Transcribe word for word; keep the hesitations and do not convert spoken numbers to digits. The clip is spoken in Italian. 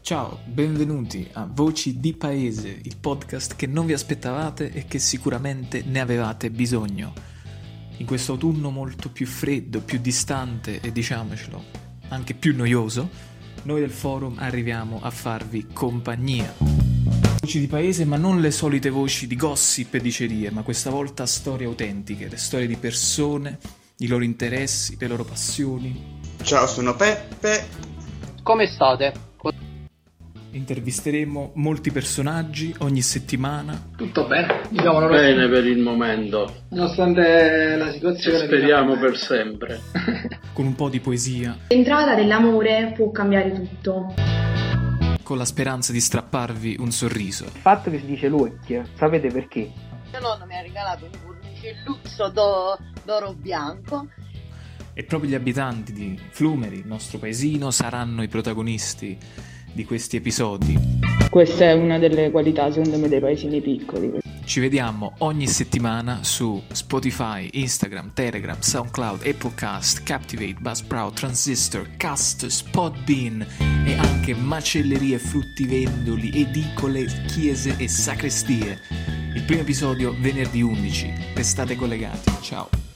Ciao, benvenuti a Voci di Paese, il podcast che non vi aspettavate e che sicuramente ne avevate bisogno. In questo autunno molto più freddo, più distante e diciamocelo, anche più noioso, noi del forum arriviamo a farvi compagnia. Voci di paese, ma non le solite voci di gossip e dicerie, ma questa volta storie autentiche, le storie di persone, i loro interessi, le loro passioni. Ciao, sono Peppe. Come state? Intervisteremo molti personaggi ogni settimana. Tutto bene, diciamo bene per il momento, nonostante la situazione. Speriamo per sempre. Con un po' di poesia. L'entrata dell'amore può cambiare tutto. Con la speranza di strapparvi un sorriso. Il fatto che si dice Lucchia, sapete perché? Mio nonno mi ha regalato un cornicelluzzo do, d'oro bianco. E proprio gli abitanti di Flumeri, il nostro paesino, saranno i protagonisti di questi episodi. Questa è una delle qualità, secondo me, dei paesini piccoli. Ci vediamo ogni settimana su Spotify, Instagram, Telegram, SoundCloud, Applecast, Captivate, Buzzsprout, Transistor, Cast, Podbean e anche macellerie, fruttivendoli, edicole, chiese e sacrestie. Il primo episodio venerdì undici. Restate collegati. Ciao.